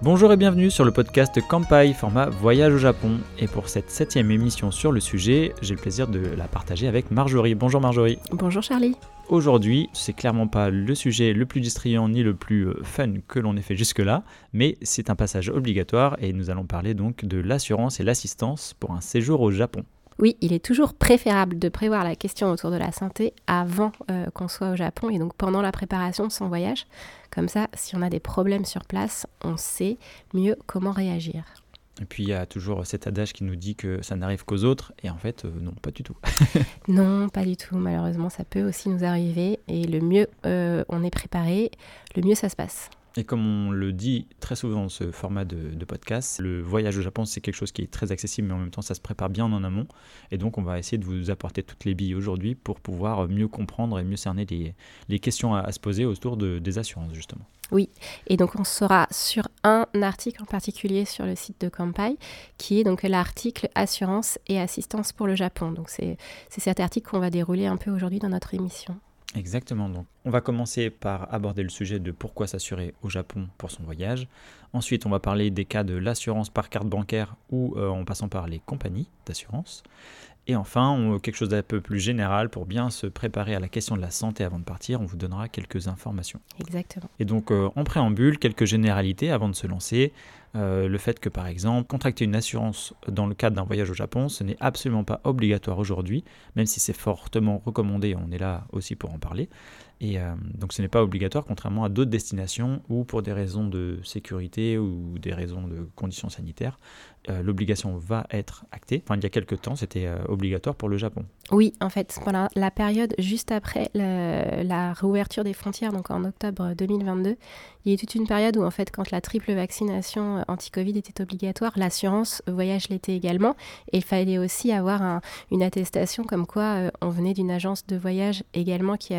Bonjour et bienvenue sur le podcast Kampai, format Voyage au Japon. Et pour cette 7e émission sur le sujet, j'ai le plaisir de la partager avec Marjorie. Bonjour Marjorie. Bonjour Charlie. Aujourd'hui, c'est clairement pas le sujet le plus distrayant ni le plus fun que l'on ait fait jusque-là, mais c'est un passage obligatoire et nous allons parler donc de l'assurance et l'assistance pour un séjour au Japon. Oui, il est toujours préférable de prévoir la question autour de la santé avant qu'on soit au Japon et donc pendant la préparation de son voyage. Comme ça, si on a des problèmes sur place, on sait mieux comment réagir. Et puis il y a toujours cet adage qui nous dit que ça n'arrive qu'aux autres, et en fait, non, pas du tout. Non, pas du tout. Malheureusement, ça peut aussi nous arriver et le mieux on est préparé, le mieux ça se passe. Et comme on le dit très souvent dans ce format de podcast, le voyage au Japon, c'est quelque chose qui est très accessible, mais en même temps, ça se prépare bien en amont. Et donc, on va essayer de vous apporter toutes les billes aujourd'hui pour pouvoir mieux comprendre et mieux cerner les questions à se poser autour des assurances, justement. Oui, et donc on sera sur un article en particulier sur le site de Kampai, qui est donc l'article Assurance et assistance pour le Japon. Donc c'est cet article qu'on va dérouler un peu aujourd'hui dans notre émission. Exactement, donc on va commencer par aborder le sujet de pourquoi s'assurer au Japon pour son voyage. Ensuite, on va parler des cas de l'assurance par carte bancaire ou en passant par les compagnies d'assurance. Et enfin, quelque chose d'un peu plus général pour bien se préparer à la question de la santé avant de partir, on vous donnera quelques informations. Exactement. Et donc, en préambule, quelques généralités avant de se lancer. Le fait que, par exemple, contracter une assurance dans le cadre d'un voyage au Japon, ce n'est absolument pas obligatoire aujourd'hui, même si c'est fortement recommandé, on est là aussi pour en parler. Et donc ce n'est pas obligatoire, contrairement à d'autres destinations où pour des raisons de sécurité ou des raisons de conditions sanitaires, l'obligation va être actée. Enfin, il y a quelques temps, c'était obligatoire pour le Japon. Oui, en fait, pendant la période juste après la réouverture des frontières, donc en octobre 2022, il y a eu toute une période où, en fait, quand la triple vaccination anti-Covid était obligatoire, l'assurance voyage l'était également. Et il fallait aussi avoir une attestation comme quoi on venait d'une agence de voyage également qui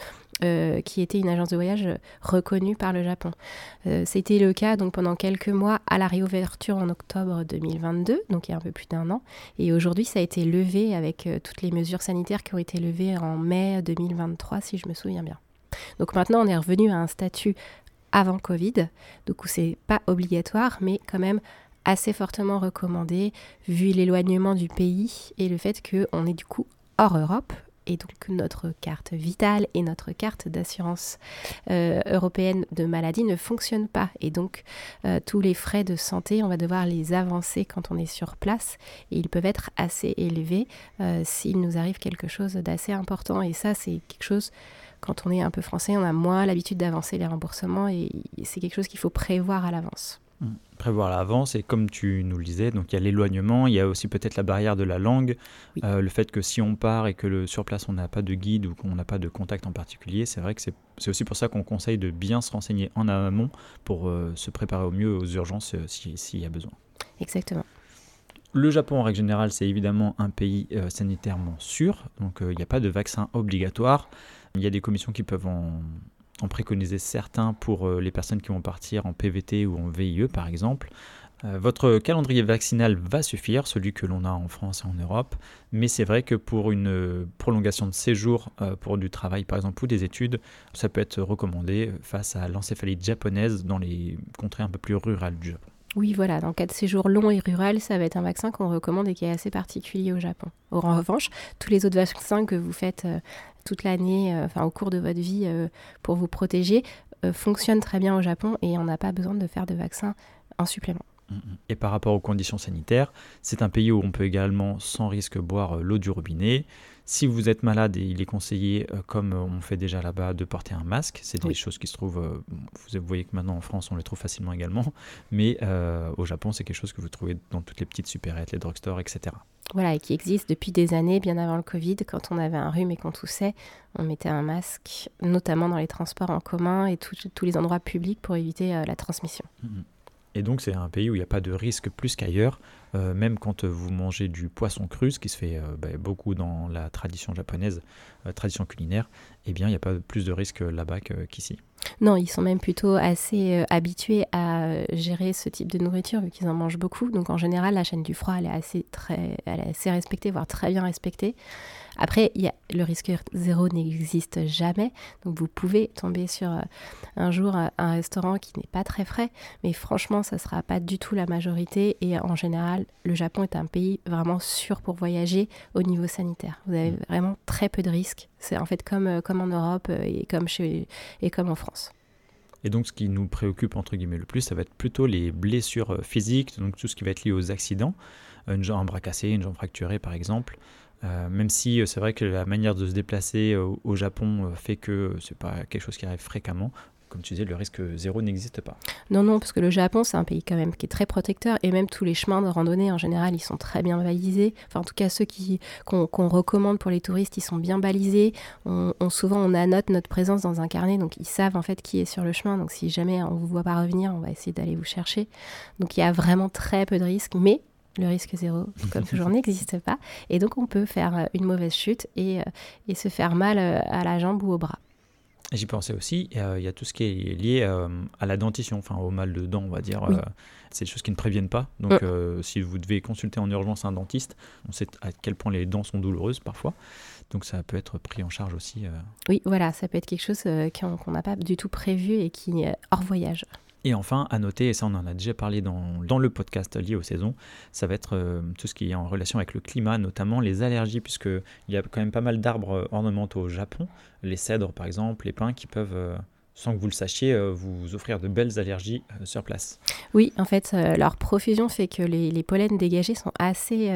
était une agence de voyage reconnue par le Japon. C'était le cas donc pendant quelques mois à la réouverture en octobre 2022, donc il y a un peu plus d'1 an. Et aujourd'hui, ça a été levé avec toutes les mesures sanitaires qui ont été levées en mai 2023, si je me souviens bien. Donc maintenant, on est revenu à un statut avant Covid, donc où c'est pas obligatoire, mais quand même assez fortement recommandé, vu l'éloignement du pays et le fait qu'on est du coup hors Europe. Et donc notre carte vitale et notre carte d'assurance européenne de maladie ne fonctionnent pas. Et donc tous les frais de santé, on va devoir les avancer quand on est sur place. Et ils peuvent être assez élevés s'il nous arrive quelque chose d'assez important. Et ça, c'est quelque chose, quand on est un peu français, on a moins l'habitude d'avancer les remboursements. Et c'est quelque chose qu'il faut prévoir à l'avance. Prévoir à l'avance, et comme tu nous le disais, donc il y a l'éloignement, il y a aussi peut-être la barrière de la langue, oui. Le fait que si on part et que sur place on n'a pas de guide ou qu'on n'a pas de contact en particulier, c'est vrai que c'est aussi pour ça qu'on conseille de bien se renseigner en amont pour se préparer au mieux aux urgences s'il y a besoin. Exactement. Le Japon, en règle générale, c'est évidemment un pays sanitairement sûr, donc il n'y a pas de vaccin obligatoire. Il y a des commissions qui peuvent en préconiser certains pour les personnes qui vont partir en PVT ou en VIE par exemple. Votre calendrier vaccinal va suffire, celui que l'on a en France et en Europe, mais c'est vrai que pour une prolongation de séjour, pour du travail par exemple ou des études, ça peut être recommandé face à l'encéphalite japonaise dans les contrées un peu plus rurales du Japon. Oui, voilà, dans le cas de séjour long et rural, ça va être un vaccin qu'on recommande et qui est assez particulier au Japon. En revanche, tous les autres vaccins que vous faites toute l'année, au cours de votre vie pour vous protéger, fonctionnent très bien au Japon et on n'a pas besoin de faire de vaccin en supplément. Et par rapport aux conditions sanitaires, c'est un pays où on peut également sans risque boire l'eau du robinet. Si vous êtes malade, il est conseillé, comme on fait déjà là-bas, de porter un masque. C'est des choses qui se trouvent, vous voyez que maintenant en France on les trouve facilement également, mais au Japon c'est quelque chose que vous trouvez dans toutes les petites supérettes, les drugstores, etc. Voilà, et qui existe depuis des années, bien avant le Covid. Quand on avait un rhume et qu'on toussait, on mettait un masque, notamment dans les transports en commun et tous les endroits publics pour éviter la transmission. Et donc c'est un pays où il n'y a pas de risque plus qu'ailleurs, même quand vous mangez du poisson cru, ce qui se fait beaucoup dans la tradition japonaise, tradition culinaire, eh bien il n'y a pas plus de risque là-bas qu'ici. Non, ils sont même plutôt assez habitués à gérer ce type de nourriture vu qu'ils en mangent beaucoup. Donc en général, la chaîne du froid, elle est assez respectée, voire très bien respectée. Après, le risque zéro n'existe jamais. Donc vous pouvez tomber sur un jour un restaurant qui n'est pas très frais. Mais franchement, ça ne sera pas du tout la majorité. Et en général, le Japon est un pays vraiment sûr pour voyager au niveau sanitaire. Vous avez vraiment très peu de risques. C'est en fait comme en Europe et comme en France. Et donc, ce qui nous préoccupe, entre guillemets, le plus, ça va être plutôt les blessures physiques, donc tout ce qui va être lié aux accidents, un bras cassé, une jambe fracturée, par exemple. Même si c'est vrai que la manière de se déplacer au Japon fait que c'est pas quelque chose qui arrive fréquemment. Comme tu disais, le risque zéro n'existe pas. Non, parce que le Japon, c'est un pays quand même qui est très protecteur et même tous les chemins de randonnée, en général, ils sont très bien balisés. Enfin, en tout cas, ceux qu'on recommande pour les touristes, ils sont bien balisés. Souvent, on annote notre présence dans un carnet, donc ils savent en fait qui est sur le chemin. Donc si jamais on ne vous voit pas revenir, on va essayer d'aller vous chercher. Donc il y a vraiment très peu de risques, mais le risque zéro, comme toujours, n'existe pas. Et donc, on peut faire une mauvaise chute et se faire mal à la jambe ou au bras. J'y pensais aussi, il y a tout ce qui est lié à la dentition, enfin au mal de dents, on va dire. Oui. C'est des choses qui ne préviennent pas. Donc, si vous devez consulter en urgence un dentiste, on sait à quel point les dents sont douloureuses parfois. Donc, ça peut être pris en charge aussi. Oui, voilà, ça peut être quelque chose qu'on n'a pas du tout prévu et qui est hors voyage. Et enfin, à noter, et ça on en a déjà parlé dans le podcast lié aux saisons, ça va être tout ce qui est en relation avec le climat, notamment les allergies, puisqu'il y a quand même pas mal d'arbres ornementaux au Japon, les cèdres par exemple, les pins qui peuvent, sans que vous le sachiez, vous offrir de belles allergies sur place. Oui, en fait, leur profusion fait que les pollens dégagés sont assez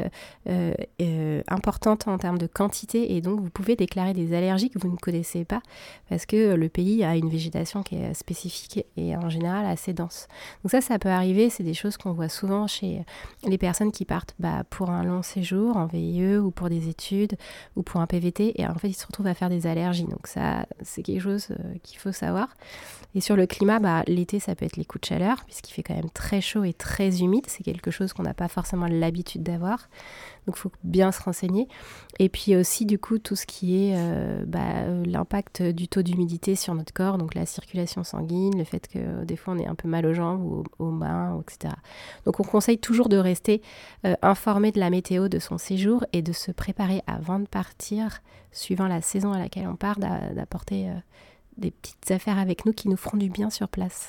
importantes en termes de quantité et donc vous pouvez déclarer des allergies que vous ne connaissez pas parce que le pays a une végétation qui est spécifique et en général assez dense. Donc ça peut arriver, c'est des choses qu'on voit souvent chez les personnes qui partent pour un long séjour en VIE ou pour des études ou pour un PVT et en fait ils se retrouvent à faire des allergies. Donc ça, c'est quelque chose qu'il faut savoir. Et sur le climat, l'été, ça peut être les coups de chaleur, puisqu'il fait quand même très chaud et très humide. C'est quelque chose qu'on n'a pas forcément l'habitude d'avoir. Donc, il faut bien se renseigner. Et puis aussi, du coup, tout ce qui est l'impact du taux d'humidité sur notre corps, donc la circulation sanguine, le fait que des fois, on est un peu mal aux jambes ou aux mains, etc. Donc, on conseille toujours de rester informé de la météo de son séjour et de se préparer avant de partir, suivant la saison à laquelle on part, d'apporter des petites affaires avec nous qui nous feront du bien sur place.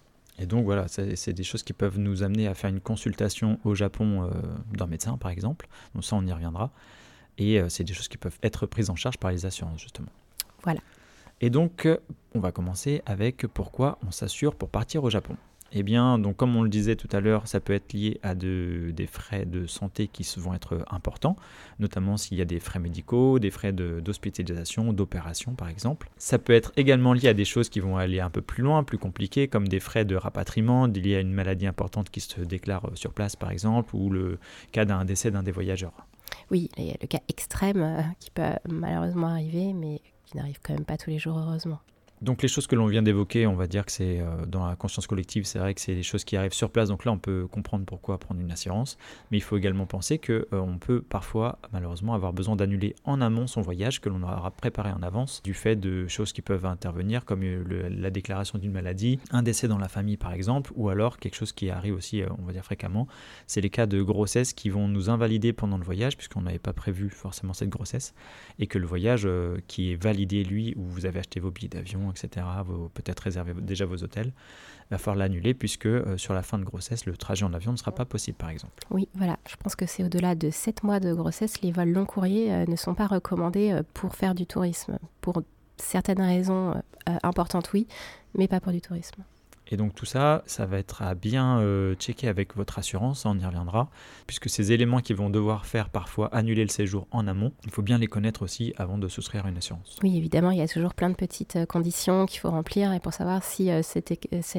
Et donc voilà, c'est des choses qui peuvent nous amener à faire une consultation au Japon d'un médecin par exemple, donc ça on y reviendra, et c'est des choses qui peuvent être prises en charge par les assurances justement. Voilà. Et donc on va commencer avec pourquoi on s'assure pour partir au Japon. Eh bien, donc comme on le disait tout à l'heure, ça peut être lié à des frais de santé qui vont être importants, notamment s'il y a des frais médicaux, des frais d'hospitalisation, d'opération par exemple. Ça peut être également lié à des choses qui vont aller un peu plus loin, plus compliquées, comme des frais de rapatriement liés à une maladie importante qui se déclare sur place par exemple, ou le cas d'un décès d'un des voyageurs. Oui, il y a le cas extrême qui peut malheureusement arriver, mais qui n'arrive quand même pas tous les jours, heureusement. Donc les choses que l'on vient d'évoquer, on va dire que c'est dans la conscience collective, c'est vrai que c'est des choses qui arrivent sur place, donc là on peut comprendre pourquoi prendre une assurance, mais il faut également penser qu'on peut parfois malheureusement avoir besoin d'annuler en amont son voyage que l'on aura préparé en avance, du fait de choses qui peuvent intervenir comme la déclaration d'une maladie, un décès dans la famille par exemple, ou alors quelque chose qui arrive aussi, on va dire fréquemment, c'est les cas de grossesse qui vont nous invalider pendant le voyage, puisqu'on n'avait pas prévu forcément cette grossesse, et que le voyage qui est validé lui, où vous avez acheté vos billets d'avion, etc., peut-être réserver déjà vos hôtels, il va falloir l'annuler puisque sur la fin de grossesse, le trajet en avion ne sera pas possible par exemple. Oui, voilà, je pense que c'est au-delà de 7 mois de grossesse, les vols long courriers ne sont pas recommandés pour faire du tourisme. Pour certaines raisons importantes, oui, mais pas pour du tourisme. Et donc tout ça, ça va être à bien checker avec votre assurance, on y reviendra, puisque ces éléments qui vont devoir faire parfois annuler le séjour en amont, il faut bien les connaître aussi avant de souscrire à une assurance. Oui, évidemment, il y a toujours plein de petites conditions qu'il faut remplir et pour savoir si cette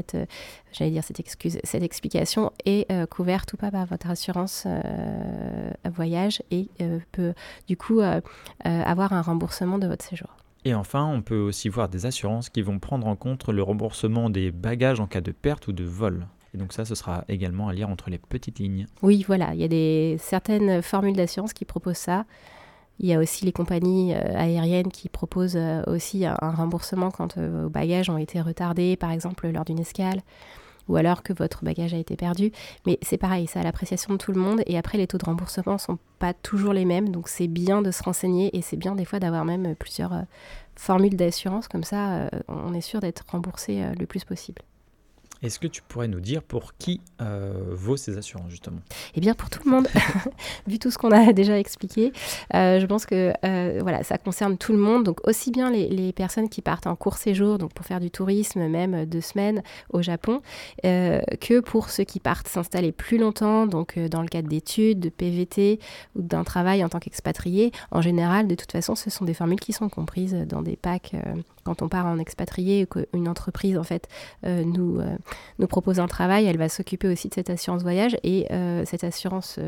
explication est couverte ou pas par votre assurance voyage et peut du coup avoir un remboursement de votre séjour. Et enfin, on peut aussi voir des assurances qui vont prendre en compte le remboursement des bagages en cas de perte ou de vol. Et donc ça, ce sera également à lire entre les petites lignes. Oui, voilà, il y a certaines formules d'assurance qui proposent ça. Il y a aussi les compagnies aériennes qui proposent aussi un remboursement quand vos bagages ont été retardés, par exemple lors d'une escale, ou alors que votre bagage a été perdu. Mais c'est pareil, c'est à l'appréciation de tout le monde. Et après, les taux de remboursement ne sont pas toujours les mêmes. Donc c'est bien de se renseigner et c'est bien des fois d'avoir même plusieurs formules d'assurance. Comme ça, on est sûr d'être remboursé le plus possible. Est-ce que tu pourrais nous dire pour qui vaut ces assurances, justement ? Eh bien, pour tout le monde, vu tout ce qu'on a déjà expliqué, je pense que ça concerne tout le monde. Donc, aussi bien les personnes qui partent en court séjour, donc pour faire du tourisme, même 2 semaines au Japon, que pour ceux qui partent s'installer plus longtemps, donc dans le cadre d'études, de PVT ou d'un travail en tant qu'expatrié. En général, de toute façon, ce sont des formules qui sont comprises dans des packs quand on part en expatrié, qu'une entreprise, en fait, nous propose un travail, elle va s'occuper aussi de cette assurance voyage et cette assurance,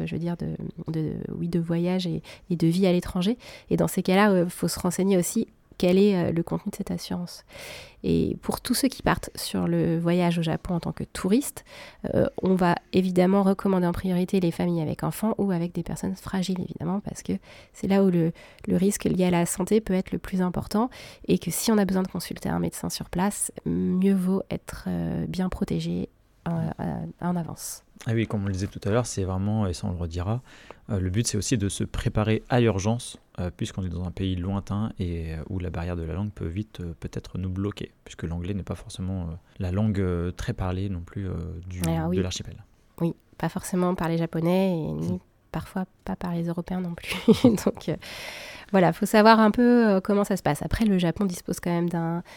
de voyage et de vie à l'étranger. Et dans ces cas-là, il faut se renseigner aussi quel est le contenu de cette assurance. Et pour tous ceux qui partent sur le voyage au Japon en tant que touristes, on va évidemment recommander en priorité les familles avec enfants ou avec des personnes fragiles, évidemment, parce que c'est là où le risque lié à la santé peut être le plus important et que si on a besoin de consulter un médecin sur place, mieux vaut être bien protégé en avance. Ah oui, comme on le disait tout à l'heure, c'est vraiment, et ça on le redira, le but c'est aussi de se préparer à l'urgence, puisqu'on est dans un pays lointain et où la barrière de la langue peut vite peut-être nous bloquer, puisque l'anglais n'est pas forcément la langue très parlée non plus de l'archipel. Oui, pas forcément par les Japonais et ni parfois pas par les Européens non plus. Donc voilà, il faut savoir un peu comment ça se passe. Après, le Japon dispose quand même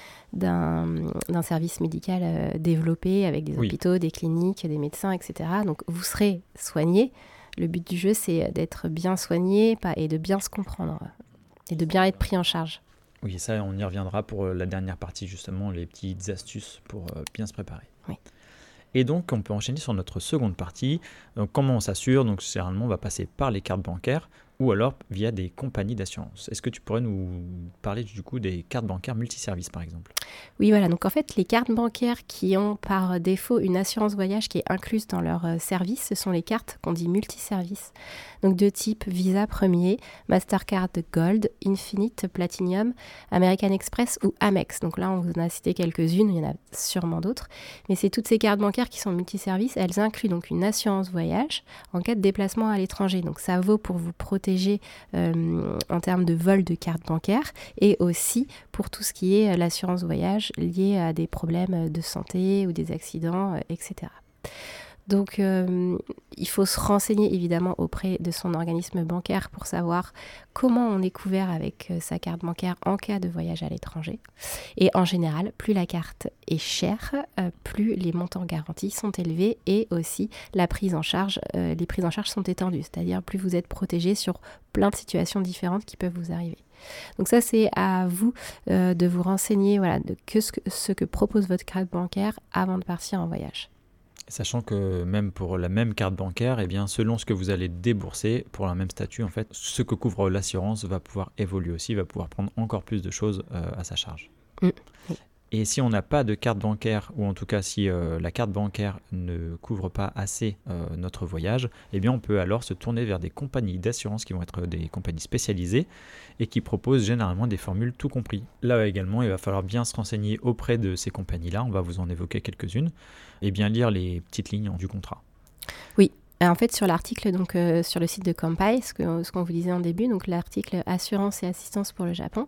d'un service médical développé avec des hôpitaux, des cliniques, des médecins, etc. Donc vous serez soigné. Le but du jeu, c'est d'être bien soigné et de bien se comprendre et de bien être pris en charge. Oui, ça, on y reviendra pour la dernière partie, justement, les petites astuces pour bien se préparer. Oui. Et donc, on peut enchaîner sur notre seconde partie. Donc, comment on s'assure ? Donc, généralement, on va passer par les cartes bancaires ou alors via des compagnies d'assurance. Est-ce que tu pourrais nous parler du coup des cartes bancaires multiservices, par exemple ? Oui, voilà. Donc, en fait, les cartes bancaires qui ont par défaut une assurance voyage qui est incluse dans leur service, ce sont les cartes qu'on dit multiservices. Donc, de type Visa Premier, Mastercard Gold, Infinite Platinum, American Express ou Amex. Donc là, on vous en a cité quelques-unes, il y en a sûrement d'autres. Mais c'est toutes ces cartes bancaires qui sont multiservices. Elles incluent donc une assurance voyage en cas de déplacement à l'étranger. Donc, ça vaut pour vous protéger en termes de vol de carte bancaire et aussi pour tout ce qui est l'assurance voyage liée à des problèmes de santé ou des accidents, etc. Donc, il faut se renseigner évidemment auprès de son organisme bancaire pour savoir comment on est couvert avec sa carte bancaire en cas de voyage à l'étranger. Et en général, plus la carte est chère, plus les montants garantis sont élevés et aussi les prises en charge sont étendues. C'est-à-dire plus vous êtes protégé sur plein de situations différentes qui peuvent vous arriver. Donc ça, c'est à vous de vous renseigner de ce que propose votre carte bancaire avant de partir en voyage. Sachant que même pour la même carte bancaire, eh bien, selon ce que vous allez débourser pour le même statut, en fait, ce que couvre l'assurance va pouvoir évoluer aussi, va pouvoir prendre encore plus de choses à sa charge. Oui. Et si on n'a pas de carte bancaire, ou en tout cas si la carte bancaire ne couvre pas assez notre voyage, eh bien on peut alors se tourner vers des compagnies d'assurance qui vont être des compagnies spécialisées et qui proposent généralement des formules tout compris. Là également, il va falloir bien se renseigner auprès de ces compagnies-là, on va vous en évoquer quelques-unes, et bien lire les petites lignes du contrat. Oui. En fait, sur l'article, donc sur le site de Kanpai, ce qu'on vous disait en début, donc l'article Assurance et assistance pour le Japon,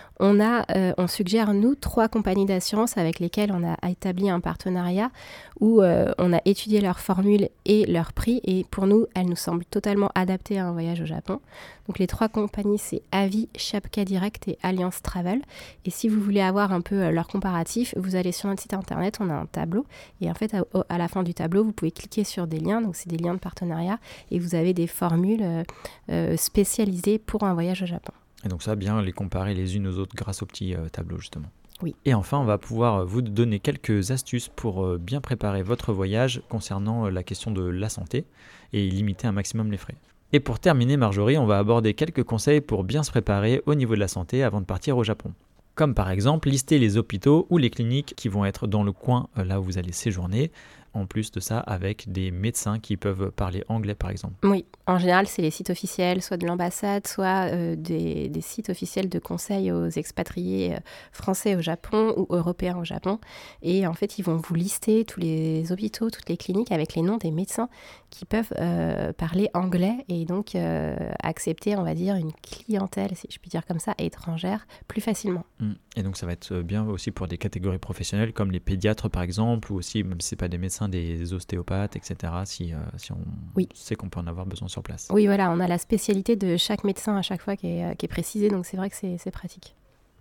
on suggère, nous, 3 compagnies d'assurance avec lesquelles on a établi un partenariat où on a étudié leurs formules et leurs prix. Et pour nous, elles nous semblent totalement adaptées à un voyage au Japon. Donc les 3 compagnies, c'est Avis, Shapka Direct et Alliance Travel. Et si vous voulez avoir un peu leur comparatif, vous allez sur notre site internet, on a un tableau. Et en fait, à la fin du tableau, vous pouvez cliquer sur des liens. Donc c'est des liens de partenariat. Et vous avez des formules spécialisées pour un voyage au Japon. Et donc ça, bien les comparer les unes aux autres grâce au petit tableau justement. Oui. Et enfin, on va pouvoir vous donner quelques astuces pour bien préparer votre voyage concernant la question de la santé et limiter un maximum les frais. Et pour terminer, Marjorie, on va aborder quelques conseils pour bien se préparer au niveau de la santé avant de partir au Japon. Comme par exemple, lister les hôpitaux ou les cliniques qui vont être dans le coin là où vous allez séjourner. en plus de ça avec des médecins qui peuvent parler anglais par exemple. Oui, en général, c'est les sites officiels, soit de l'ambassade, soit des sites officiels de conseil aux expatriés français au Japon ou européens au Japon. Et en fait, ils vont vous lister tous les hôpitaux, toutes les cliniques avec les noms des médecins qui peuvent parler anglais et donc accepter, on va dire, une clientèle, si je puis dire comme ça, étrangère plus facilement. Et donc ça va être bien aussi pour des catégories professionnelles comme les pédiatres par exemple, ou aussi, même si ce n'est pas des médecins, des ostéopathes, etc., si on sait qu'on peut en avoir besoin sur place. Oui, voilà, on a la spécialité de chaque médecin à chaque fois qui est précisée, donc c'est vrai que c'est pratique.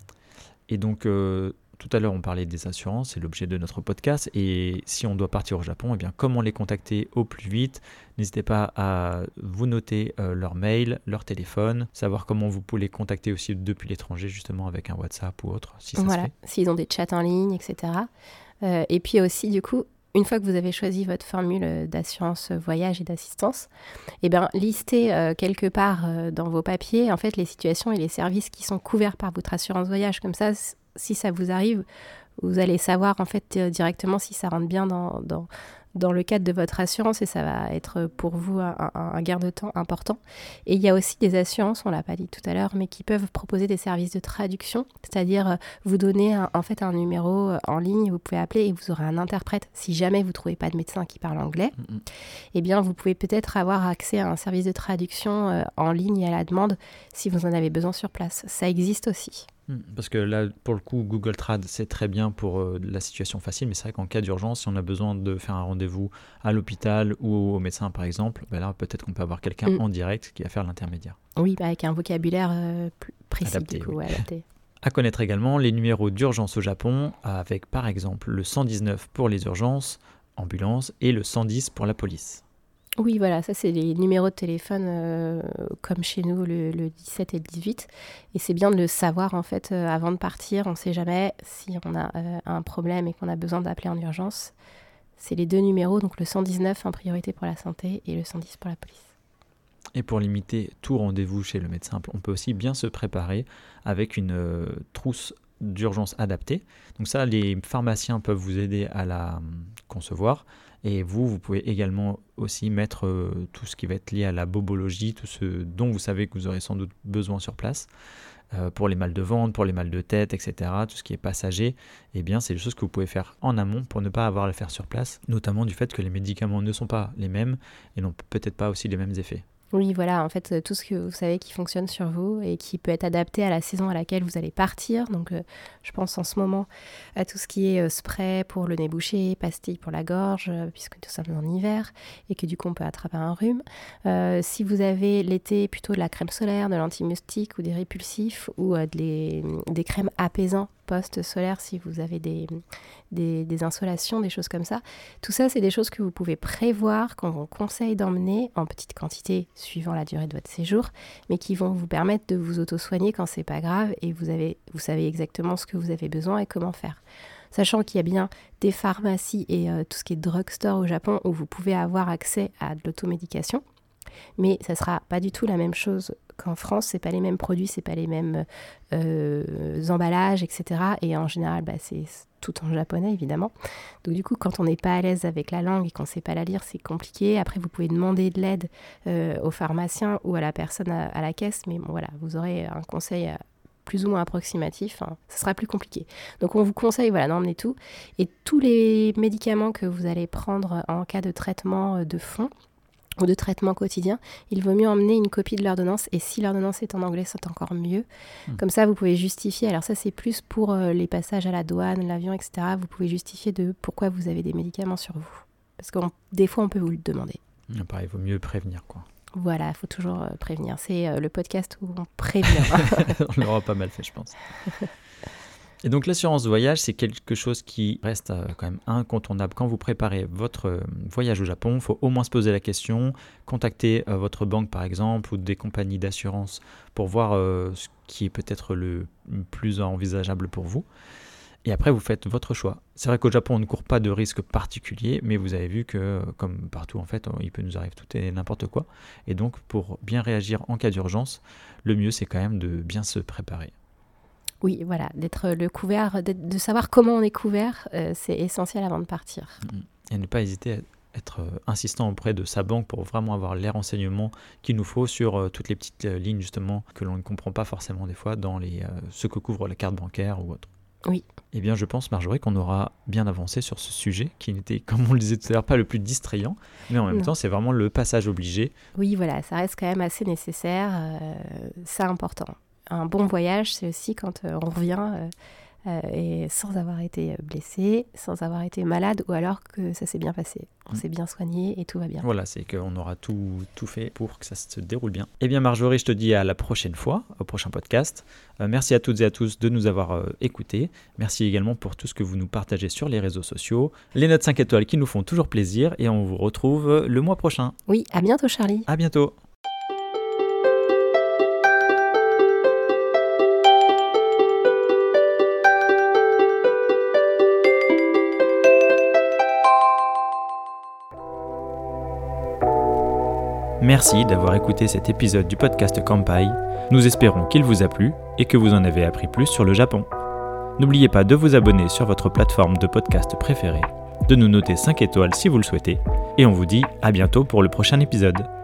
Et donc, tout à l'heure, on parlait des assurances, c'est l'objet de notre podcast. Et si on doit partir au Japon, eh bien, comment les contacter au plus vite ? N'hésitez pas à vous noter leur mail, leur téléphone, savoir comment vous pouvez les contacter aussi depuis l'étranger, justement avec un WhatsApp ou autre, si ça se fait. S'ils ont des chats en ligne, etc. Et puis aussi, du coup, une fois que vous avez choisi votre formule d'assurance voyage et d'assistance, eh bien, listez quelque part dans vos papiers en fait, les situations et les services qui sont couverts par votre assurance voyage. Comme ça, si ça vous arrive, vous allez savoir en fait, directement si ça rentre bien dans le cadre de votre assurance et ça va être pour vous un gain de temps important. Et il y a aussi des assurances, on ne l'a pas dit tout à l'heure, mais qui peuvent proposer des services de traduction, c'est-à-dire vous donner en fait un numéro en ligne, vous pouvez appeler et vous aurez un interprète. Si jamais vous ne trouvez pas de médecin qui parle anglais, eh bien vous pouvez peut-être avoir accès à un service de traduction en ligne et à la demande si vous en avez besoin sur place. Ça existe aussi. Parce que là, pour le coup, Google Trad, c'est très bien pour la situation facile, mais c'est vrai qu'en cas d'urgence, si on a besoin de faire un rendez-vous à l'hôpital ou au médecin, par exemple, ben là, peut-être qu'on peut avoir quelqu'un en direct qui va faire l'intermédiaire. Oui, avec un vocabulaire plus précis, adapté, du coup, oui. Adapté. À connaître également les numéros d'urgence au Japon, avec par exemple le 119 pour les urgences, ambulances, et le 110 pour la police. Oui, voilà, ça c'est les numéros de téléphone comme chez nous, le 17 et le 18. Et c'est bien de le savoir en fait avant de partir. On ne sait jamais si on a un problème et qu'on a besoin d'appeler en urgence. C'est les deux numéros, donc le 119 en priorité pour la santé et le 110 pour la police. Et pour limiter tout rendez-vous chez le médecin, on peut aussi bien se préparer avec une trousse d'urgence adaptée. Donc ça, les pharmaciens peuvent vous aider à la concevoir. Et vous pouvez également aussi mettre tout ce qui va être lié à la bobologie, tout ce dont vous savez que vous aurez sans doute besoin sur place, pour les mal de ventre, pour les mal de tête, etc., tout ce qui est passager, eh bien c'est des choses que vous pouvez faire en amont pour ne pas avoir à le faire sur place, notamment du fait que les médicaments ne sont pas les mêmes et n'ont peut-être pas aussi les mêmes effets. Oui, voilà, en fait, tout ce que vous savez qui fonctionne sur vous et qui peut être adapté à la saison à laquelle vous allez partir. Donc, je pense en ce moment à tout ce qui est spray pour le nez bouché, pastilles pour la gorge, puisque nous sommes en hiver et que du coup, on peut attraper un rhume. Si vous avez l'été plutôt de la crème solaire, de l'anti-moustique ou des répulsifs ou des crèmes apaisants post-solaire si vous avez des insolations, des choses comme ça. Tout ça, c'est des choses que vous pouvez prévoir, qu'on vous conseille d'emmener en petite quantité suivant la durée de votre séjour, mais qui vont vous permettre de vous auto-soigner quand c'est pas grave et vous savez exactement ce que vous avez besoin et comment faire. Sachant qu'il y a bien des pharmacies et tout ce qui est drugstore au Japon où vous pouvez avoir accès à de l'automédication, mais ça sera pas du tout la même chose qu'en France, c'est pas les mêmes produits, c'est pas les mêmes emballages, etc. Et en général, c'est tout en japonais, évidemment. Donc du coup, quand on n'est pas à l'aise avec la langue et qu'on ne sait pas la lire, c'est compliqué. Après, vous pouvez demander de l'aide au pharmacien ou à la personne à la caisse, mais bon, voilà, vous aurez un conseil plus ou moins approximatif, ça sera plus compliqué. Donc on vous conseille d'emmener tout. Et tous les médicaments que vous allez prendre en cas de traitement de fond, ou de traitement quotidien, il vaut mieux emmener une copie de l'ordonnance et si l'ordonnance est en anglais, c'est encore mieux. Comme ça, vous pouvez justifier, alors ça c'est plus pour les passages à la douane, l'avion, etc. Vous pouvez justifier de pourquoi vous avez des médicaments sur vous. Parce que des fois, on peut vous le demander. Pareil, il vaut mieux prévenir, quoi. Voilà, il faut toujours prévenir. C'est le podcast où on prévient. On l'aura pas mal fait, je pense. Et donc l'assurance voyage, c'est quelque chose qui reste quand même incontournable. Quand vous préparez votre voyage au Japon, il faut au moins se poser la question, contacter votre banque par exemple ou des compagnies d'assurance pour voir ce qui est peut-être le plus envisageable pour vous. Et après, vous faites votre choix. C'est vrai qu'au Japon, on ne court pas de risques particuliers, mais vous avez vu que, comme partout en fait, il peut nous arriver tout et n'importe quoi. Et donc, pour bien réagir en cas d'urgence, le mieux c'est quand même de bien se préparer. Oui, voilà, d'être le couvert, de savoir comment on est couvert, c'est essentiel avant de partir. Et ne pas hésiter à être insistant auprès de sa banque pour vraiment avoir les renseignements qu'il nous faut sur toutes les petites lignes justement que l'on ne comprend pas forcément des fois dans ce que couvre la carte bancaire ou autre. Oui. Eh bien, je pense, Marjorie, qu'on aura bien avancé sur ce sujet qui n'était, comme on le disait tout à l'heure, pas le plus distrayant, mais en même temps, c'est vraiment le passage obligé. Oui, voilà, ça reste quand même assez nécessaire, c'est important. Un bon voyage, c'est aussi quand on revient et sans avoir été blessé, sans avoir été malade, ou alors que ça s'est bien passé. On s'est bien soigné et tout va bien. Voilà, c'est qu'on aura tout fait pour que ça se déroule bien. Eh bien Marjorie, je te dis à la prochaine fois, au prochain podcast. Merci à toutes et à tous de nous avoir écoutés. Merci également pour tout ce que vous nous partagez sur les réseaux sociaux. Les notes 5 étoiles qui nous font toujours plaisir et on vous retrouve le mois prochain. Oui, à bientôt Charlie. À bientôt. Merci d'avoir écouté cet épisode du podcast Kampai. Nous espérons qu'il vous a plu et que vous en avez appris plus sur le Japon. N'oubliez pas de vous abonner sur votre plateforme de podcast préférée, de nous noter 5 étoiles si vous le souhaitez, et on vous dit à bientôt pour le prochain épisode.